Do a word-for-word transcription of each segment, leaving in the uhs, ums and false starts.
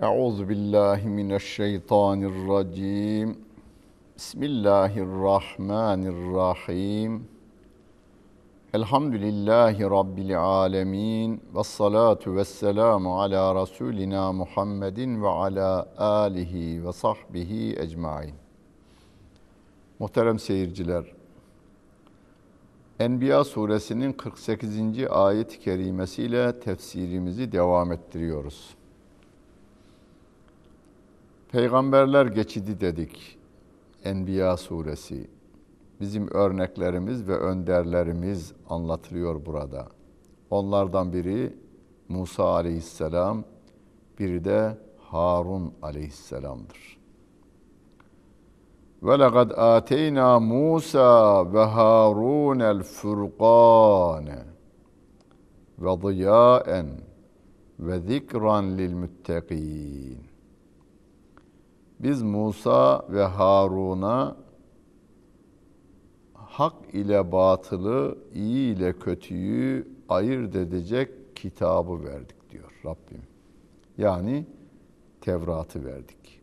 Euzu billahi mineşşeytanirracim. Bismillahirrahmanirrahim. Elhamdülillahi Rabbil alemin. Vessalatu vesselamu ala Resulina Muhammedin ve ala alihi ve sahbihi ecmain. Muhterem seyirciler, Enbiya suresinin kırk sekizinci ayet-i kerimesiyle tefsirimizi devam ettiriyoruz. Peygamberler geçidi dedik. Enbiya suresi. Bizim örneklerimiz ve önderlerimiz anlatılıyor burada. Onlardan biri Musa aleyhisselam, biri de Harun aleyhisselamdır. Ve lekad ateyna Musa ve Harunel furqane ve ziyaen ve zikran lil muttaqin. Biz Musa ve Harun'a hak ile batılı, iyi ile kötüyü ayırt edecek kitabı verdik diyor Rabbim. Yani Tevrat'ı verdik.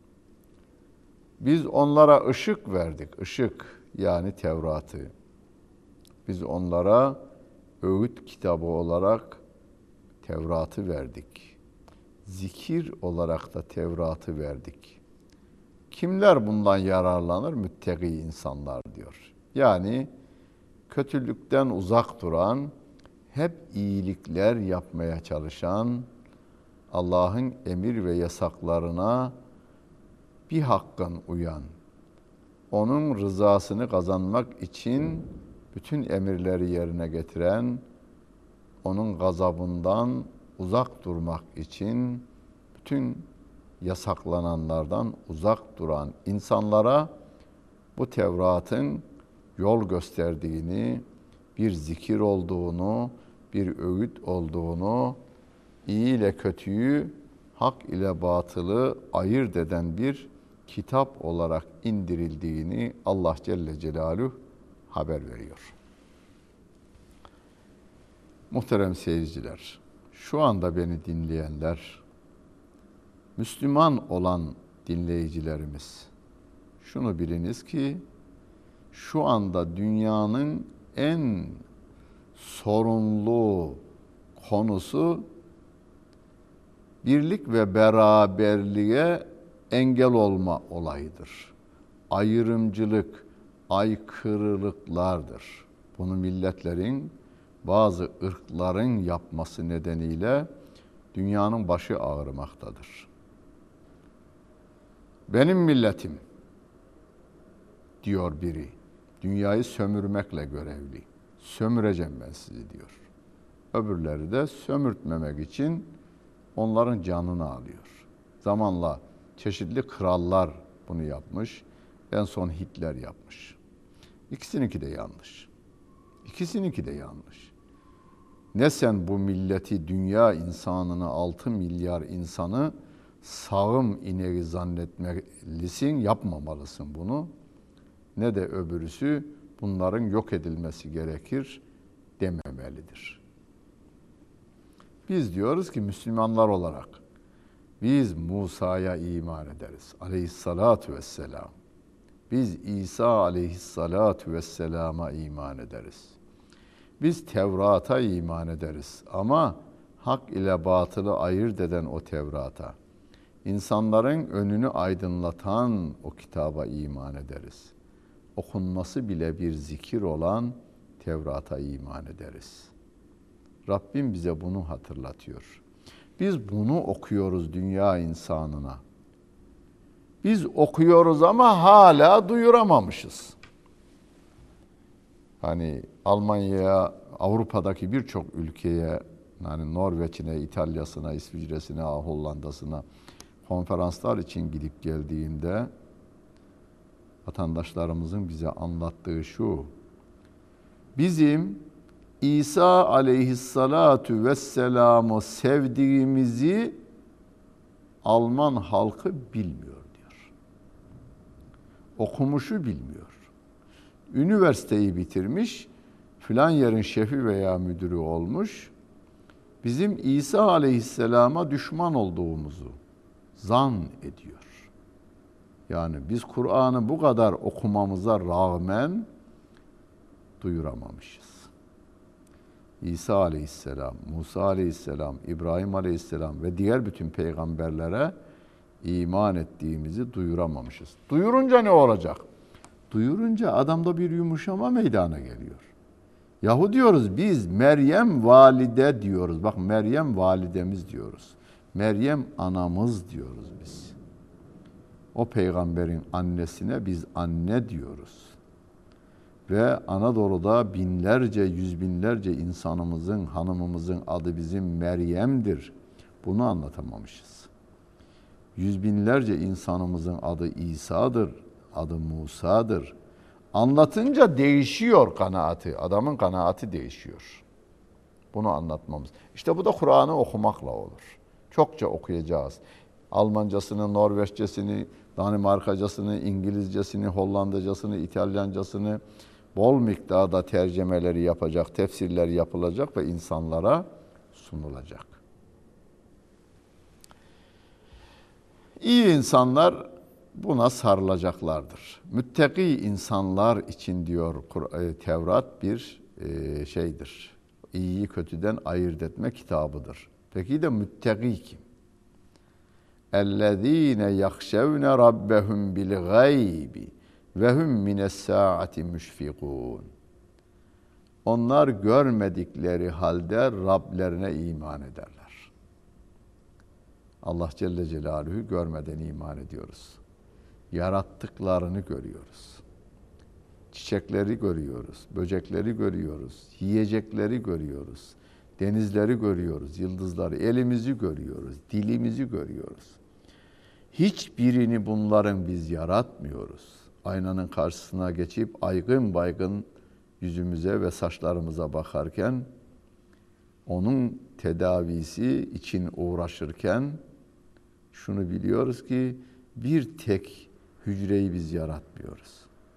Biz onlara ışık verdik, ışık yani Tevrat'ı. Biz onlara öğüt kitabı olarak Tevrat'ı verdik. Zikir olarak da Tevrat'ı verdik. Kimler bundan yararlanır? Müttaki insanlar diyor. Yani kötülükten uzak duran, hep iyilikler yapmaya çalışan, Allah'ın emir ve yasaklarına bir hakkın uyan, onun rızasını kazanmak için bütün emirleri yerine getiren, onun gazabından uzak durmak için bütün yasaklananlardan uzak duran insanlara bu Tevrat'ın yol gösterdiğini, bir zikir olduğunu, bir öğüt olduğunu, iyi ile kötüyü, hak ile batılı ayırt eden bir kitap olarak indirildiğini Allah Celle Celaluhu haber veriyor. Muhterem seyirciler, şu anda beni dinleyenler, Müslüman olan dinleyicilerimiz, şunu biliniz ki şu anda dünyanın en sorunlu konusu birlik ve beraberliğe engel olma olayıdır. Ayrımcılık, aykırılıklardır. Bunu milletlerin, bazı ırkların yapması nedeniyle dünyanın başı ağrımaktadır. Benim milletim diyor biri, dünyayı sömürmekle görevli. Sömüreceğim ben sizi diyor. Öbürleri de sömürtmemek için onların canını alıyor. Zamanla çeşitli krallar bunu yapmış. En son Hitler yapmış. İkisininki de yanlış. İkisininki de yanlış. Ne sen bu milleti, dünya insanını, altı milyar insanı sağım ineği zannetmelisin, yapmamalısın bunu. Ne de öbürüsü bunların yok edilmesi gerekir dememelidir. Biz diyoruz ki Müslümanlar olarak biz Musa'ya iman ederiz. Aleyhissalatu vesselam. Biz İsa aleyhissalatu vesselama iman ederiz. Biz Tevrat'a iman ederiz ama hak ile batılı ayırt eden o Tevrat'a, İnsanların önünü aydınlatan o kitaba iman ederiz. Okunması bile bir zikir olan Tevrat'a iman ederiz. Rabbim bize bunu hatırlatıyor. Biz bunu okuyoruz dünya insanına. Biz okuyoruz ama hala duyuramamışız. Hani Almanya'ya, Avrupa'daki birçok ülkeye, yani Norveç'ine, İtalya'sına, İsviçre'sine, Hollanda'sına konferanslar için gidip geldiğimde vatandaşlarımızın bize anlattığı şu: bizim İsa aleyhissalatu vesselam'ı sevdiğimizi Alman halkı bilmiyor diyor. Okumuşu bilmiyor. Üniversiteyi bitirmiş, filan yerin şefi veya müdürü olmuş, bizim İsa aleyhisselama düşman olduğumuzu, zan ediyor. Yani biz Kur'an'ı bu kadar okumamıza rağmen duyuramamışız. İsa aleyhisselam, Musa aleyhisselam, İbrahim aleyhisselam ve diğer bütün peygamberlere iman ettiğimizi duyuramamışız. Duyurunca ne olacak? Duyurunca adamda bir yumuşama meydana geliyor. Yahu diyoruz biz Meryem valide diyoruz. Bak Meryem validemiz diyoruz. Meryem anamız diyoruz biz. O peygamberin annesine biz anne diyoruz. Ve Anadolu'da binlerce, yüz binlerce insanımızın, hanımımızın adı bizim Meryem'dir. Bunu anlatamamışız. Yüz binlerce insanımızın adı İsa'dır, adı Musa'dır. Anlatınca değişiyor kanaati, adamın kanaati değişiyor. Bunu anlatmamız. İşte bu da Kur'an'ı okumakla olur. Çokça okuyacağız. Almancasını, Norveççesini, Danimarkacasını, İngilizcesini, Hollandacasını, İtalyancasını bol miktarda tercümeleri yapacak, tefsirler yapılacak ve insanlara sunulacak. İyi insanlar buna sarılacaklardır. Müttaki insanlar için diyor Tevrat bir şeydir. İyiyi kötüden ayırt etme kitabıdır. Peki de müttaki kim? اَلَّذ۪ينَ يَخْشَوْنَ رَبَّهُمْ بِالْغَيْبِ وَهُمْ مِنَ السَّاعَةِ مُشْفِقُونَ. Onlar görmedikleri halde Rablerine iman ederler. Allah Celle Celaluhu görmeden iman ediyoruz. Yarattıklarını görüyoruz. Çiçekleri görüyoruz, böcekleri görüyoruz, yiyecekleri görüyoruz, denizleri görüyoruz, yıldızları, elimizi görüyoruz, dilimizi görüyoruz. Hiçbirini bunların biz yaratmıyoruz. Aynanın karşısına geçip aygın baygın yüzümüze ve saçlarımıza bakarken, onun tedavisi için uğraşırken şunu biliyoruz ki bir tek hücreyi biz yaratmıyoruz.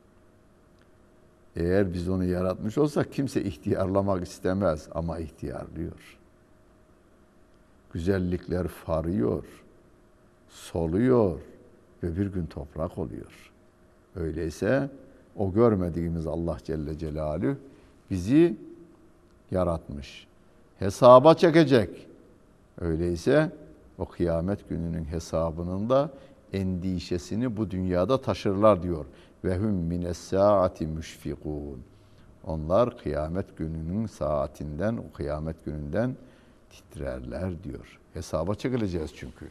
Eğer biz onu yaratmış olsak kimse ihtiyarlamak istemez ama ihtiyarlıyor. Güzellikler farıyor, soluyor ve bir gün toprak oluyor. Öyleyse o görmediğimiz Allah Celle Celaluhu bizi yaratmış. Hesaba çekecek. Öyleyse o kıyamet gününün hesabının da endişesini bu dünyada taşırlar diyor. Ve hum mines saati müşfikun. Onlar kıyamet gününün saatinden, o kıyamet gününden titrerler diyor. Hesaba çekileceğiz çünkü.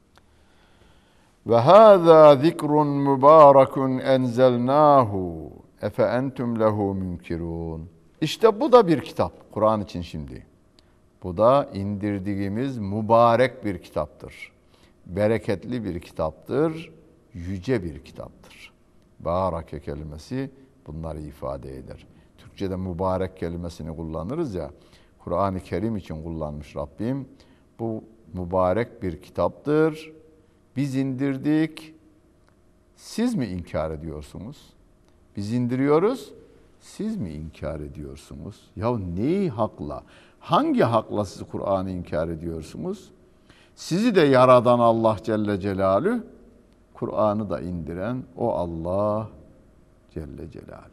Ve hâzâ zikrun mübârekun enzelnâhu efe entum lehu münkirûn. İşte bu da bir kitap Kur'an için şimdi. Bu da indirdiğimiz mübarek bir kitaptır. Bereketli bir kitaptır, yüce bir kitaptır. Barake kelimesi bunları ifade eder. Türkçe'de mübarek kelimesini kullanırız ya, Kur'an-ı Kerim için kullanmış Rabbim. Bu mübarek bir kitaptır. Biz indirdik. Siz mi inkar ediyorsunuz? Biz indiriyoruz. Siz mi inkar ediyorsunuz? Ya neyi hakla? Hangi hakla siz Kur'an'ı inkar ediyorsunuz? Sizi de yaradan Allah Celle Celaluhu, Kur'an'ı da indiren o Allah Celle Celaluhu.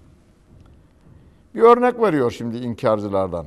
Bir örnek veriyor şimdi inkarcılardan.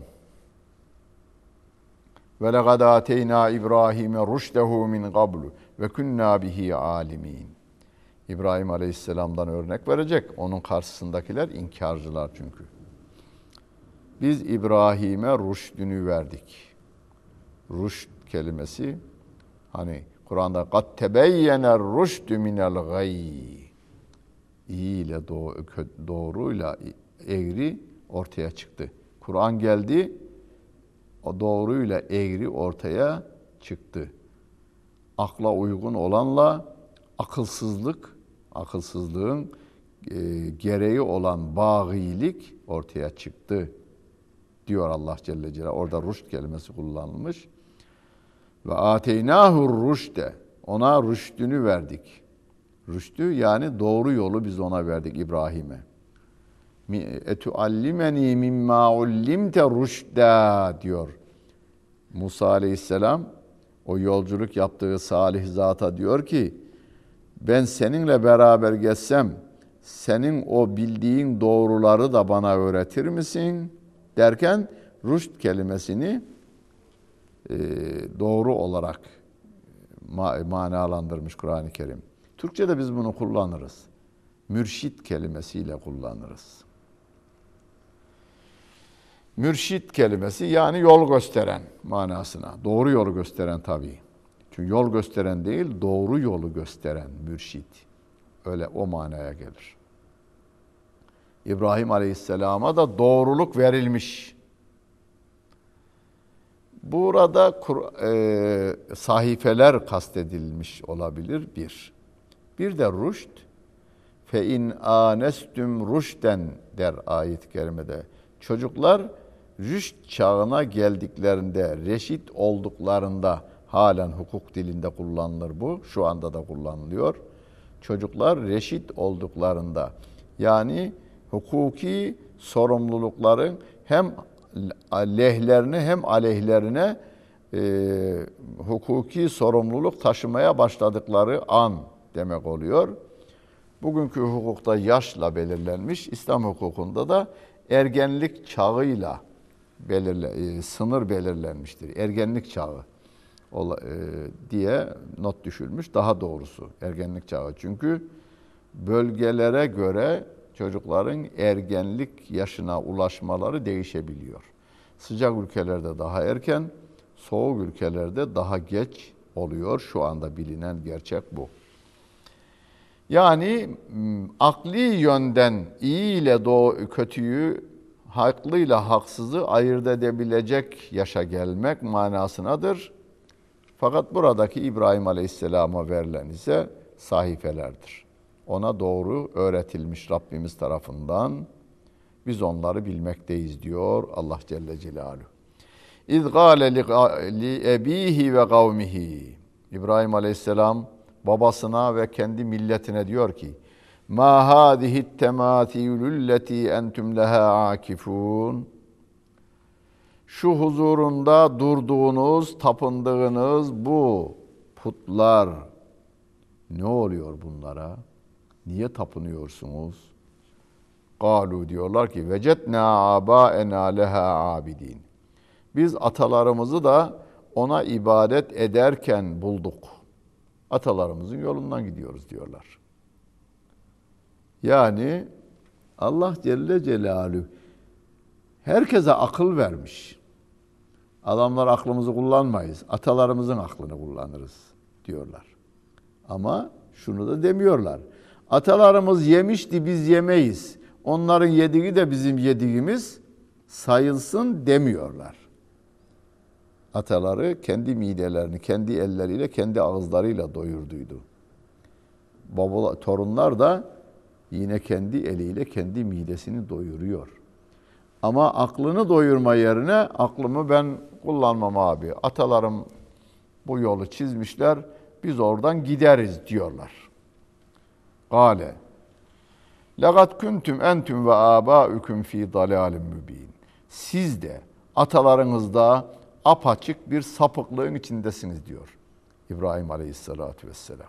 Ve lekad ateyna İbrahim'e rüşdehu min qablu ve kunna bihi alimin. İbrahim Aleyhisselam'dan örnek verecek. Onun karşısındakiler inkarcılar çünkü. Biz İbrahim'e rüşdünü verdik. Rüşd kelimesi hani Kur'an'da kad tebeyyener rüşdü minel gayy. İyi ile doğruyla eğri ortaya çıktı. Kur'an geldi, o doğruyla eğri ortaya çıktı. Akla uygun olanla akılsızlık, akılsızlığın e, gereği olan bağilik ortaya çıktı diyor Allah Celle Celaluhu. Orada rüşd kelimesi kullanılmış. Ve ateynahu rüşde. Ona rüşdünü verdik. Rüşdü yani doğru yolu biz ona verdik İbrahim'e. Etuallimeni mimma ullimte rüşda diyor Musa Aleyhisselam O yolculuk yaptığı salih zata diyor ki, ben seninle beraber geçsem, senin o bildiğin doğruları da bana öğretir misin? Derken rüşt kelimesini e, doğru olarak ma- manalandırmış Kur'an-ı Kerim. Türkçe'de biz bunu kullanırız. Mürşit kelimesiyle kullanırız. Mürşit kelimesi yani yol gösteren manasına. Doğru yolu gösteren tabii. Çünkü yol gösteren değil, doğru yolu gösteren mürşit. Öyle o manaya gelir. İbrahim Aleyhisselam'a da doğruluk verilmiş. Burada e, sahifeler kastedilmiş olabilir bir. Bir de rüşt. Fe in anestüm rüşten der ayet-i kerimede. Çocuklar rüşt çağına geldiklerinde, reşit olduklarında, halen hukuk dilinde kullanılır bu, şu anda da kullanılıyor. Çocuklar reşit olduklarında, yani hukuki sorumlulukların hem lehlerine hem aleyhlerine e, hukuki sorumluluk taşımaya başladıkları an demek oluyor. Bugünkü hukukta yaşla belirlenmiş, İslam hukukunda da ergenlik çağıyla belirle, e, sınır belirlenmiştir. Ergenlik çağı ola, e, diye not düşülmüş. Daha doğrusu ergenlik çağı. Çünkü bölgelere göre çocukların ergenlik yaşına ulaşmaları değişebiliyor. Sıcak ülkelerde daha erken, soğuk ülkelerde daha geç oluyor. Şu anda bilinen gerçek bu. Yani akli yönden iyi ile doğru, kötüyü, haklıyla haksızı ayırt edebilecek yaşa gelmek manasınadır. Fakat buradaki İbrahim Aleyhisselam'a verilen ise sahifelerdir. Ona doğru öğretilmiş Rabbimiz tarafından. Biz onları bilmekteyiz diyor Allah Celle Celaluhu. İz gâle li ebihi ve kavmihi. İbrahim Aleyhisselam babasına ve kendi milletine diyor ki: "Ma hâzihi temâthîlülleti entüm lehâ âkifûn." Şu huzurunda durduğunuz, tapındığınız bu putlar ne oluyor bunlara? Niye tapınıyorsunuz? Galu diyorlar ki vecetnâ âbâenâ lehâ âbidîn. Biz atalarımızı da ona ibadet ederken bulduk. Atalarımızın yolundan gidiyoruz diyorlar. Yani Allah Celle Celaluhu herkese akıl vermiş. Adamlar aklımızı kullanmayız. Atalarımızın aklını kullanırız diyorlar. Ama şunu da demiyorlar. Atalarımız yemişti, biz yemeyiz. Onların yediği de bizim yediğimiz sayılsın demiyorlar. Ataları kendi midelerini, kendi elleriyle, kendi ağızlarıyla doyurduydu. Baba, torunlar da yine kendi eliyle kendi midesini doyuruyor. Ama aklını doyurma yerine aklımı ben kullanmam abi. Atalarım bu yolu çizmişler, biz oradan gideriz diyorlar. Kale لَقَدْ كُنْتُمْ اَنْتُمْ وَآبَاؤُكُمْ ف۪ي ضَلَالٍ مُب۪ينٍ. Siz de atalarınız da apaçık bir sapıklığın içindesiniz diyor İbrahim Aleyhisselatü Vesselam.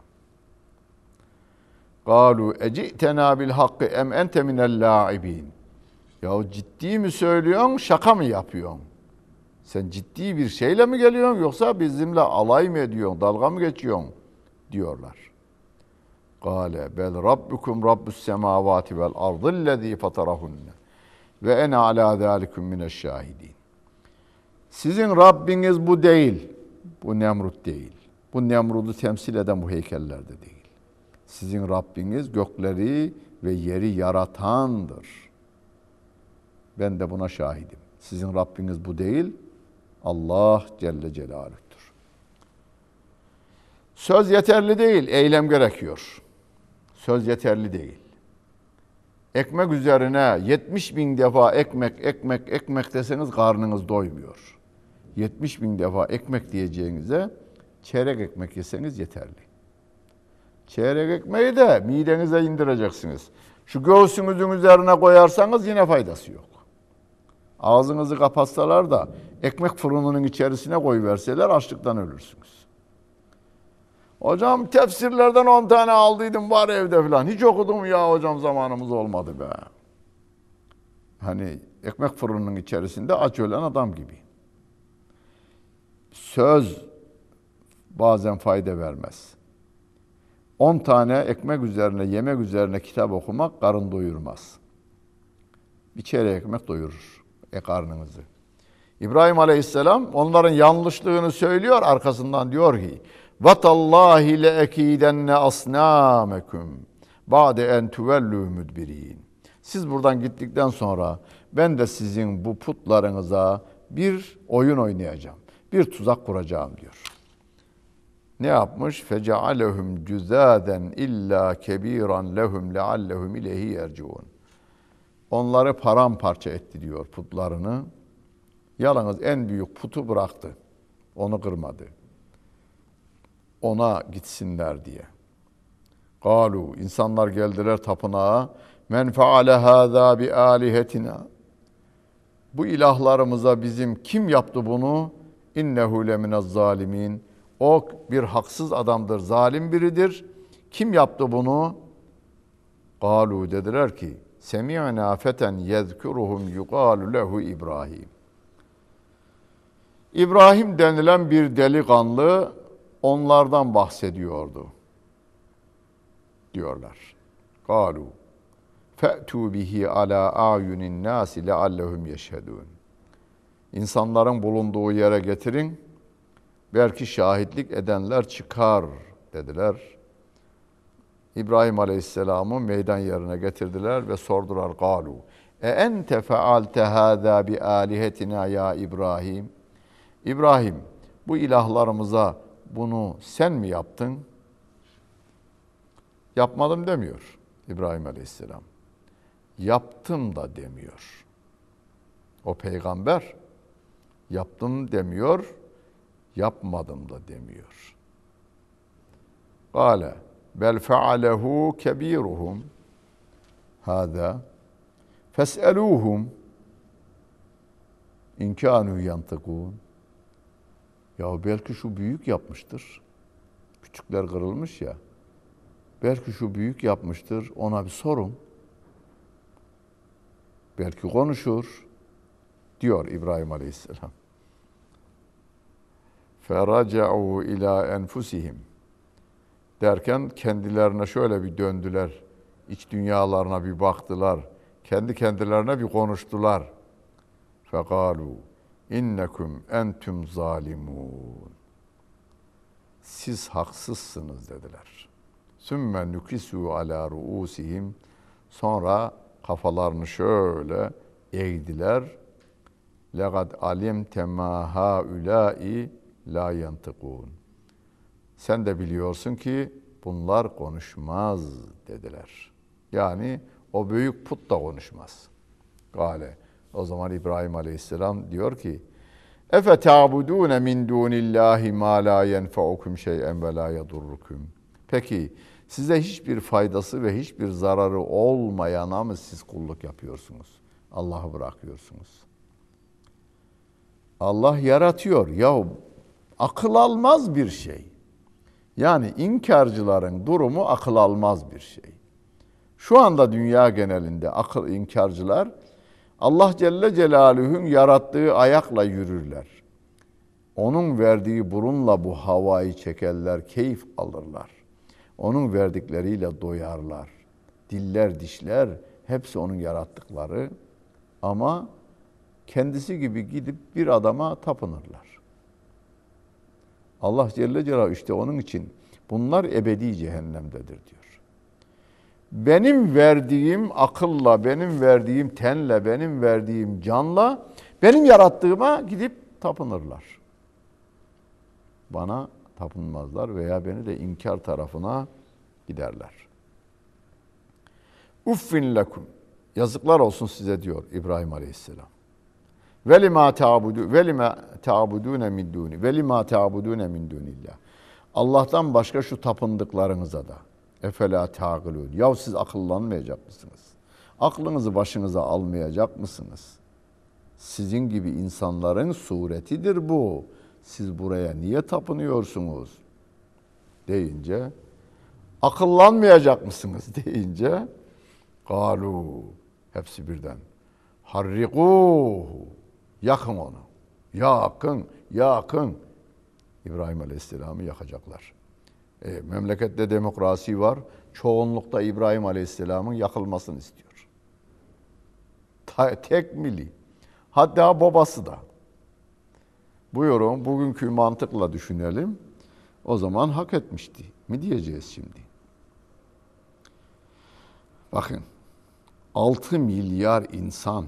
قَالُوا اَجِئْتَنَا بِالْحَقِّ اَمْ اَنْتَ مِنَ اللّٰعِب۪ينَ. Ya ciddi mi söylüyorsun, şaka mı yapıyorsun? Sen ciddi bir şeyle mi geliyorsun yoksa bizimle alay mı ediyorsun, dalga mı geçiyorsun diyorlar. Kâle bel rabbukum rabbus semâvâti vel ardillezî fatarahunne ve ene alâ zâlikum mineşşâhidîn. Sizin Rabbiniz bu değil, bu Nemrut değil. Bu Nemrut'u temsil eden bu heykellerde değil. Sizin Rabbiniz gökleri ve yeri yaratandır. Ben de buna şahidim. Sizin Rabbiniz bu değil, Allah Celle Celaluh'tur. Söz yeterli değil, eylem gerekiyor. Söz yeterli değil. Ekmek üzerine yetmiş bin defa ekmek, ekmek, ekmek deseniz karnınız doymuyor. yetmiş bin defa ekmek diyeceğinize çeyrek ekmek yeseniz yeterli. Çeyrek ekmeği de midenize indireceksiniz. Şu göğsünüzün üzerine koyarsanız yine faydası yok. Ağzınızı kapatsalar da ekmek fırınının içerisine koyuverseler açlıktan ölürsünüz. Hocam tefsirlerden on tane aldıydım var evde falan. Hiç okudum ya hocam zamanımız olmadı be. Hani ekmek fırınının içerisinde aç ölen adam gibi. Söz bazen fayda vermez. On tane ekmek üzerine, yemek üzerine kitap okumak karın doyurmaz. Bir çeyrek ekmek doyurur e karnınızı. İbrahim Aleyhisselam onların yanlışlığını söylüyor, arkasından diyor ki vatallahi le ekidenne asnamekum ba'de en tuvellu müdbirin. Siz buradan gittikten sonra ben de sizin bu putlarınıza bir oyun oynayacağım. Bir tuzak kuracağım diyor. Ne yapmış? Fecealehum cüzaden illa kebiran lehum leallehum ileyhi yerciun. Onları paramparça etti diyor putlarını. Yalnız en büyük putu bıraktı. Onu kırmadı. Ona gitsinler diye. Galu, insanlar geldiler tapınağa. Men faale hâzâ bi âlihetina. Bu ilahlarımıza bizim kim yaptı bunu? İnnehu leminez zalimin. O bir haksız adamdır, zalim biridir. Kim yaptı bunu? Galu dediler ki semi'na feten yezkuruhum yuqalu lehu İbrahim. İbrahim denilen bir delikanlı onlardan bahsediyordu diyorlar. Galu fe'tu bihi ala ayunin nasi leallehum yeşhedun. İnsanların bulunduğu yere getirin. Belki şahitlik edenler çıkar dediler. İbrahim Aleyhisselam'ı meydan yerine getirdiler ve sordular. Galu e ente fealte hâzâ bi âlihetina ya İbrahim. İbrahim bu ilahlarımıza bunu sen mi yaptın? Yapmadım demiyor İbrahim Aleyhisselam. Yaptım da demiyor. O peygamber yaptım demiyor, yapmadım da demiyor. Kâle bel fealehu kebiruhum hâzâ fes'elûhum in kânû yantıkûn. Ya belki şu büyük yapmıştır. Küçükler kırılmış ya. Belki şu büyük yapmıştır. Ona bir sorun. Belki konuşur diyor İbrahim Aleyhisselam. Feraca'u ila enfusihim derken kendilerine şöyle bir döndüler. İç dünyalarına bir baktılar. Kendi kendilerine bir konuştular. Fekalu innekum entüm zalimun. Siz haksızsınız dediler. Sümme nukisu ala ruusihim. Sonra kafalarını şöyle eğdiler. Legad alimte ma haulâi la yantıkûn. Sen de biliyorsun ki bunlar konuşmaz dediler. Yani o büyük put da konuşmaz. Gale. O zaman İbrahim Aleyhisselam diyor ki Efe ta'budûne min dûnillâhi mâ lâ yenfe'ukum şey'en ve lâ yedurrukum. Peki size hiçbir faydası ve hiçbir zararı olmayana mı siz kulluk yapıyorsunuz? Allah'ı bırakıyorsunuz. Allah yaratıyor. Ya akıl almaz bir şey. Yani inkarcıların durumu akıl almaz bir şey. Şu anda dünya genelinde akıl inkarcılar Allah Celle Celaluhu'nun yarattığı ayakla yürürler. Onun verdiği burunla bu havayı çekerler, keyif alırlar. Onun verdikleriyle doyarlar. Diller, dişler hepsi onun yarattıkları ama kendisi gibi gidip bir adama tapınırlar. Allah Celle Celaluhu işte onun için bunlar ebedi cehennemdedir diyor. Benim verdiğim akılla, benim verdiğim tenle, benim verdiğim canla, benim yarattığıma gidip tapınırlar. Bana tapınmazlar veya beni de inkar tarafına giderler. Uffin lekum. Yazıklar olsun size diyor İbrahim Aleyhisselam. Ve lima ta'budu ve lima ta'budune min duni ve lima ta'budune min dunillah. Allah'tan başka şu tapındıklarınıza da efela ta'gilun. Ya siz akıllanmayacak mısınız? Aklınızı başınıza almayacak mısınız? Sizin gibi insanların suretidir bu. Siz buraya niye tapınıyorsunuz? Deyince, akıllanmayacak mısınız deyince, galu, hepsi birden, harrikuhu, yakın onu, yakın, yakın. İbrahim Aleyhisselam'ı yakacaklar. E, memlekette demokrasi var, çoğunlukta İbrahim Aleyhisselam'ın yakılmasını istiyor. Ta, tek mili, hatta babası da. Buyurun, bugünkü mantıkla düşünelim. O zaman hak etmişti mi diyeceğiz şimdi? Bakın, altı milyar insan,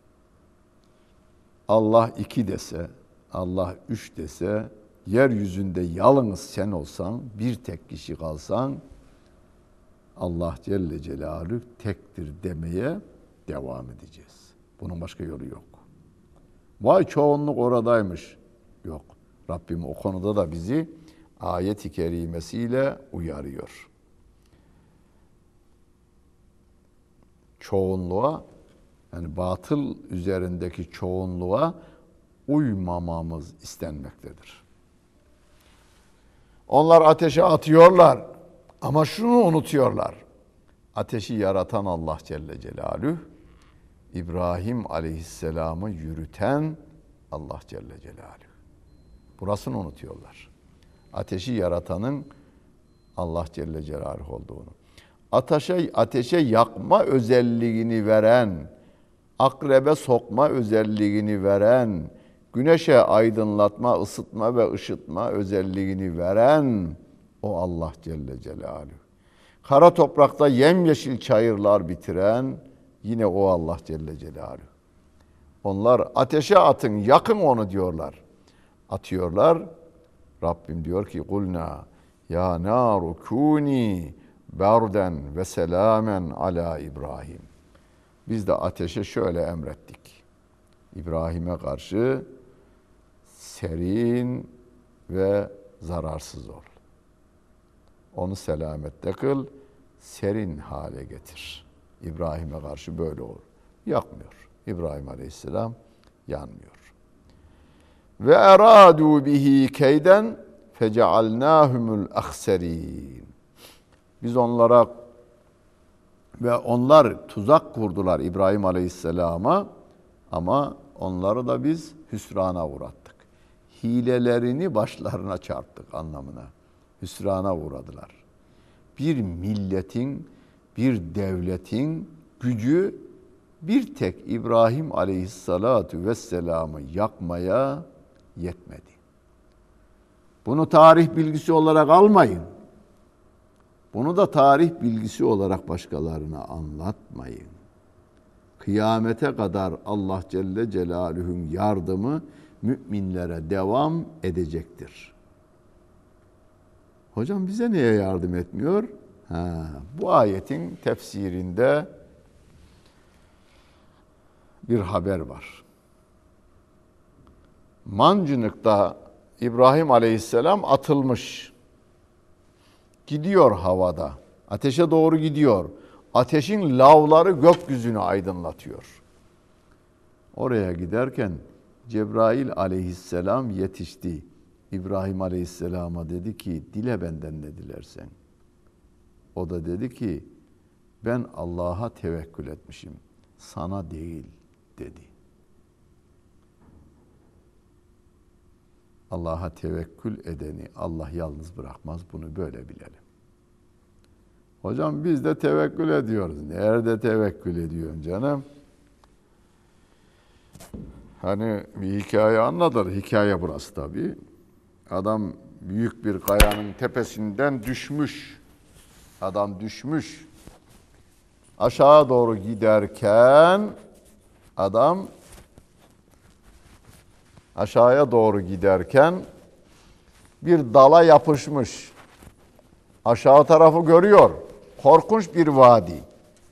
Allah iki dese, Allah üç dese, yeryüzünde yalnız sen olsan, bir tek kişi kalsan, Allah Celle Celaluhu tektir demeye devam edeceğiz. Bunun başka yolu yok. Vay çoğunluk oradaymış. Yok. Rabbim o konuda da bizi ayet-i kerimesiyle uyarıyor. Çoğunluğa, yani batıl üzerindeki çoğunluğa uymamamız istenmektedir. Onlar ateşe atıyorlar ama şunu unutuyorlar. Ateşi yaratan Allah Celle Celaluhu, İbrahim Aleyhisselam'ı yürüten Allah Celle Celaluhu. Burasını unutuyorlar. Ateşi yaratanın Allah Celle Celaluhu olduğunu. Ateşe, ateşe yakma özelliğini veren, akrebe sokma özelliğini veren, güneşe aydınlatma, ısıtma ve ışıtma özelliğini veren o Allah Celle Celaluhu. Kara toprakta yemyeşil çayırlar bitiren yine o Allah Celle Celaluhu. Onlar ateşe atın, yakın onu diyorlar. Atıyorlar. Rabbim diyor ki kulna ya naru kuni berden ve selamen ala İbrahim. Biz de ateşe şöyle emrettik. İbrahim'e karşı serin ve zararsız ol. Onu selamette kıl, serin hale getir. İbrahim'e karşı böyle olur. Yakmıyor. İbrahim Aleyhisselam yanmıyor. Ve eradu bihi keyden fecealnahumul ahserin. Biz onlara ve onlar tuzak kurdular İbrahim Aleyhisselam'a ama onları da biz hüsrana uğrattık. Hilelerini başlarına çarptık anlamına. Hüsrana uğradılar. Bir milletin, bir devletin gücü bir tek İbrahim Aleyhissalatu vesselam'ı yakmaya yetmedi. Bunu tarih bilgisi olarak almayın. Bunu da tarih bilgisi olarak başkalarına anlatmayın. Kıyamete kadar Allah Celle Celaluhu'nun yardımı müminlere devam edecektir. Hocam bize niye yardım etmiyor? Ha, bu ayetin tefsirinde bir haber var. Mancınık'ta İbrahim Aleyhisselam atılmış. Gidiyor havada. Ateşe doğru gidiyor. Ateşin lavları gökyüzünü aydınlatıyor. Oraya giderken Cebrail Aleyhisselam yetişti. İbrahim Aleyhisselam'a dedi ki, dile benden ne dilersen. O da dedi ki, ben Allah'a tevekkül etmişim, sana değil dedi. Allah'a tevekkül edeni Allah yalnız bırakmaz, bunu böyle bilelim. Hocam biz de tevekkül ediyoruz. Nerede tevekkül ediyorsun canım? Hani bir hikaye anlatır. Hikaye burası tabii. Adam büyük bir kayanın tepesinden düşmüş. Adam düşmüş. Aşağı doğru giderken adam aşağıya doğru giderken bir dala yapışmış. Aşağı tarafı görüyor. Korkunç bir vadi.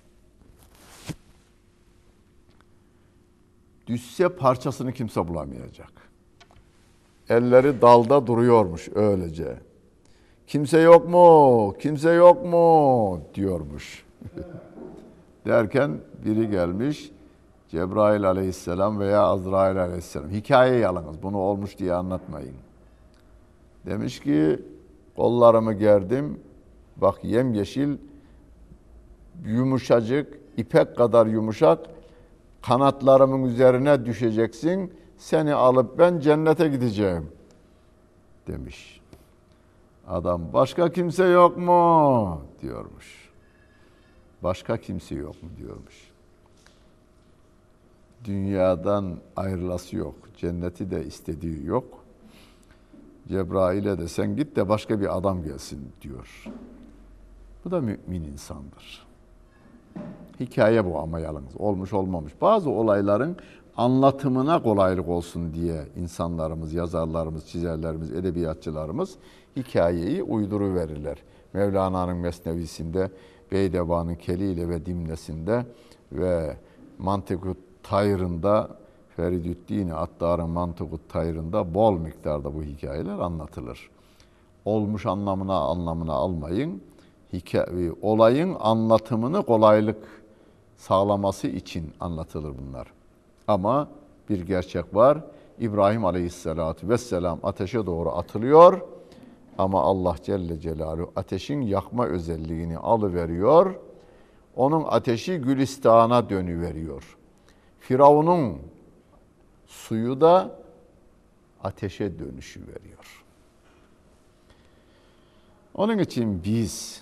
Düşse parçasını kimse bulamayacak. Elleri dalda duruyormuş öylece. Kimse yok mu? Kimse yok mu? Diyormuş. Derken biri gelmiş, Cebrail aleyhisselam veya Azrail aleyhisselam. Hikaye yalnız. Bunu olmuş diye anlatmayın. Demiş ki kollarımı gerdim. Bak yemyeşil, yumuşacık, ipek kadar yumuşak kanatlarımın üzerine düşeceksin. Seni alıp ben cennete gideceğim demiş. Adam başka kimse yok mu diyormuş. Başka kimse yok mu diyormuş. Dünyadan ayrılası yok. Cenneti de istediği yok. Cebrail'e de sen git de başka bir adam gelsin diyor. Bu da mümin insandır. Hikaye bu ama yalnız. Olmuş olmamış. Bazı olayların anlatımına kolaylık olsun diye insanlarımız, yazarlarımız, çizerlerimiz, edebiyatçılarımız hikayeyi uyduruverirler. Mevlana'nın Mesnevisinde, Beydeva'nın Kelile ve Dimnesinde ve Mantık-ı Tayrında, Feridüddin Attar'ın Mantık-ı Tayrında bol miktarda bu hikayeler anlatılır. Olmuş anlamına anlamına almayın. Hikaye, olayın anlatımını kolaylık sağlaması için anlatılır bunlar. Ama bir gerçek var. İbrahim Aleyhisselatü Vesselam ateşe doğru atılıyor. Ama Allah Celle Celaluhu ateşin yakma özelliğini alıveriyor. Onun ateşi Gülistan'a dönüveriyor. Firavun'un suyu da ateşe dönüşü veriyor. Onun için biz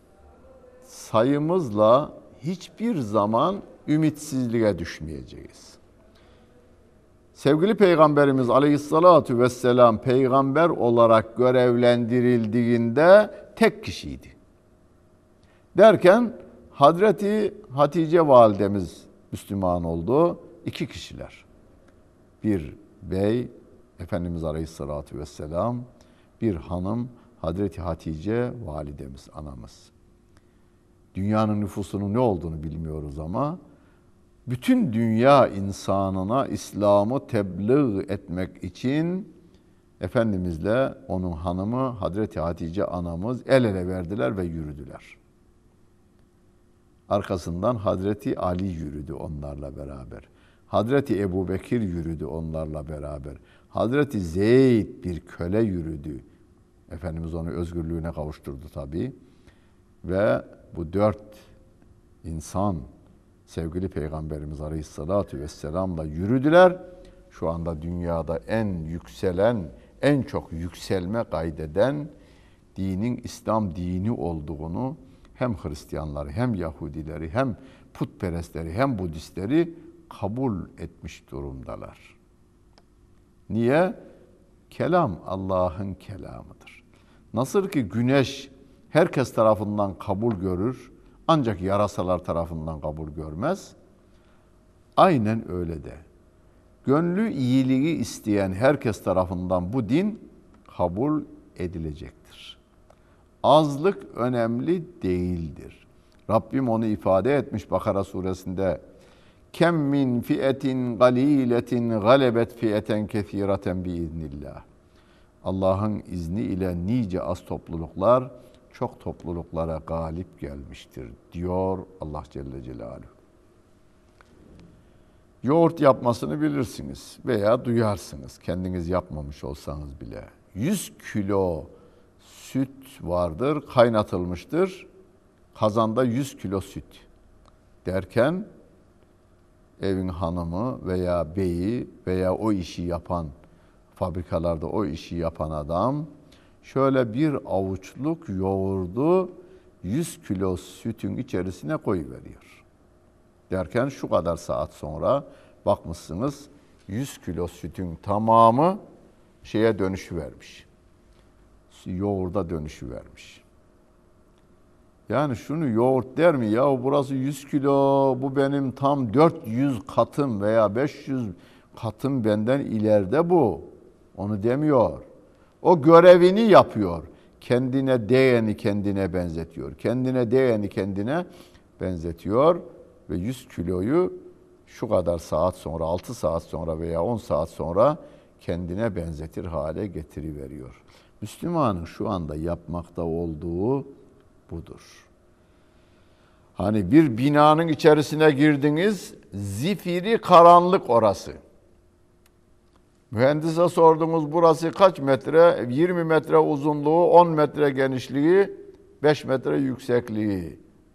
sayımızla hiçbir zaman ümitsizliğe düşmeyeceğiz. Sevgili Peygamberimiz Aleyhisselatü Vesselam peygamber olarak görevlendirildiğinde tek kişiydi. Derken Hazreti Hatice validemiz Müslüman oldu. İki kişiler. Bir bey Efendimiz Aleyhisselatü Vesselam, bir hanım Hazreti Hatice validemiz, anamız. Dünyanın nüfusunun ne olduğunu bilmiyoruz ama bütün dünya insanına İslam'ı tebliğ etmek için Efendimizle onun hanımı Hazreti Hatice anamız el ele verdiler ve yürüdüler. Arkasından Hazreti Ali yürüdü onlarla beraber. Hazreti Ebubekir yürüdü onlarla beraber. Hazreti Zeyd bir köle yürüdü. Efendimiz onu özgürlüğüne kavuşturdu tabii. Ve bu dört insan sevgili Peygamberimiz Aleyhisselatü Vesselam'la yürüdüler. Şu anda dünyada en yükselen, en çok yükselme kaydeden dinin İslam dini olduğunu hem Hristiyanları, hem Yahudileri, hem putperestleri, hem Budistleri kabul etmiş durumdalar. Niye? Kelam Allah'ın kelamıdır. Nasıl ki güneş herkes tarafından kabul görür, ancak yarasalar tarafından kabul görmez. Aynen öyle de. Gönlü iyiliği isteyen herkes tarafından bu din kabul edilecektir. Azlık önemli değildir. Rabbim onu ifade etmiş Bakara suresinde. Kem min fiyetin galiletin galebet fiyeten kesireten biiznillah. Allah'ın izni ile nice az topluluklar çok topluluklara galip gelmiştir diyor Allah Celle Celaluhu. Yoğurt yapmasını bilirsiniz veya duyarsınız kendiniz yapmamış olsanız bile. yüz kilo süt vardır, kaynatılmıştır. Kazanda yüz kilo süt derken evin hanımı veya beyi veya o işi yapan, fabrikalarda o işi yapan adam şöyle bir avuçluk yoğurdu yüz kilo sütün içerisine koyuveriyor. Derken şu kadar saat sonra bakmışsınız yüz kilo sütün tamamı şeye dönüşüvermiş. Yoğurda dönüşüvermiş. Yani şunu yoğurt der mi? Ya burası yüz kilo, bu benim tam dört yüz katım veya beş yüz katım benden ileride bu. Onu demiyor. O görevini yapıyor. Kendine değeni kendine benzetiyor. Kendine değeni kendine benzetiyor ve yüz kiloyu şu kadar saat sonra, altı saat sonra veya on saat sonra kendine benzetir hale getiriveriyor. Müslümanın şu anda yapmakta olduğu budur. Hani bir binanın içerisine girdiniz, zifiri karanlık orası. Mühendise sordunuz burası kaç metre? yirmi metre uzunluğu, on metre genişliği, beş metre yüksekliği.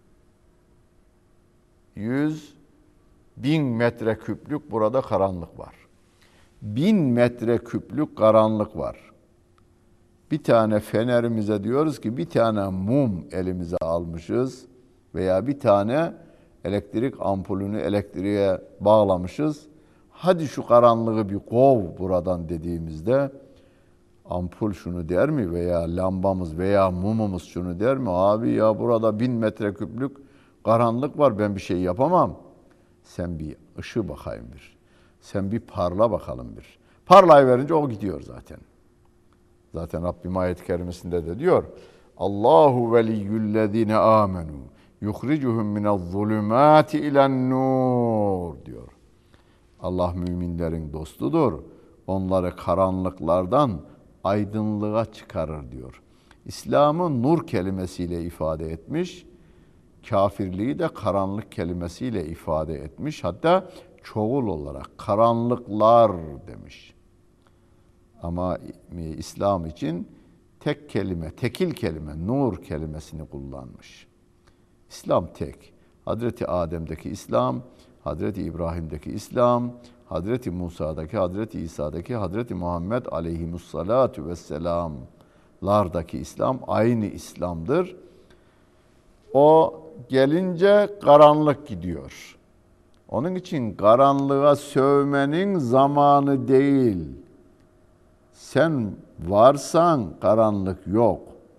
yüz bin metre küplük burada karanlık var. Bin metre küplük karanlık var. Bir tane fenerimize diyoruz ki bir tane mum elimize almışız veya bir tane elektrik ampulünü elektriğe bağlamışız. Hadi şu karanlığı bir kov buradan dediğimizde ampul şunu der mi veya lambamız veya mumumuz şunu der mi? Abi ya burada bin metreküplük karanlık var, ben bir şey yapamam. Sen bir ışığı bakayım bir. Sen bir parla bakalım bir. Parlayıverince o gidiyor zaten. Zaten Rabbim ayet-i kerimesinde de diyor. Allahu veliyyüllezine amenu yuhricuhum minez-zulümati ilen-nur diyor. Allah müminlerin dostudur. Onları karanlıklardan aydınlığa çıkarır diyor. İslam'ı nur kelimesiyle ifade etmiş. Kafirliği de karanlık kelimesiyle ifade etmiş. Hatta çoğul olarak karanlıklar demiş. Ama İslam için tek kelime, tekil kelime, nur kelimesini kullanmış. İslam tek. Hazreti Adem'deki İslam, Hazreti İbrahim'deki İslam, Hazreti Musa'daki, Hazreti İsa'daki, Hazreti Muhammed aleyhimussalatu vesselam'lardaki İslam aynı İslam'dır. O gelince karanlık gidiyor. Onun için karanlığa sövmenin zamanı değil. Sen varsan karanlık yok.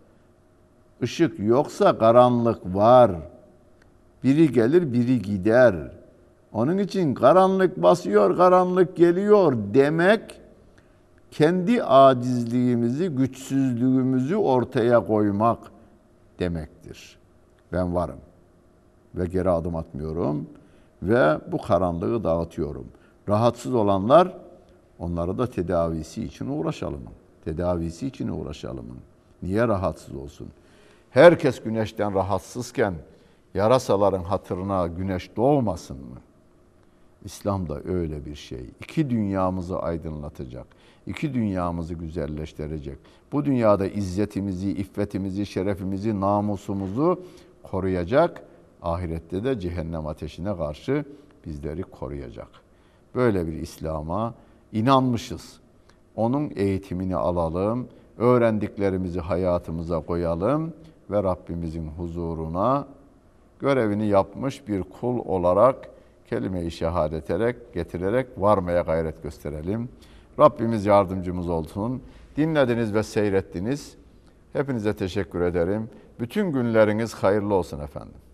Işık yoksa karanlık var. Biri gelir, biri gider. Onun için karanlık basıyor, karanlık geliyor demek, kendi acizliğimizi, güçsüzlüğümüzü ortaya koymak demektir. Ben varım ve geri adım atmıyorum ve bu karanlığı dağıtıyorum. Rahatsız olanlar, onlara da tedavisi için uğraşalım. Tedavisi için uğraşalım. Niye rahatsız olsun? Herkes güneşten rahatsızken yarasaların hatırına güneş doğmasın mı? İslam da öyle bir şey. İki dünyamızı aydınlatacak. İki dünyamızı güzelleştirecek. Bu dünyada izzetimizi, iffetimizi, şerefimizi, namusumuzu koruyacak. Ahirette de cehennem ateşine karşı bizleri koruyacak. Böyle bir İslam'a inanmışız. Onun eğitimini alalım. Öğrendiklerimizi hayatımıza koyalım ve Rabbimizin huzuruna görevini yapmış bir kul olarak kelime-i şehadet ederek, getirerek varmaya gayret gösterelim. Rabbimiz yardımcımız olsun. Dinlediniz ve seyrettiniz. Hepinize teşekkür ederim. Bütün günleriniz hayırlı olsun efendim.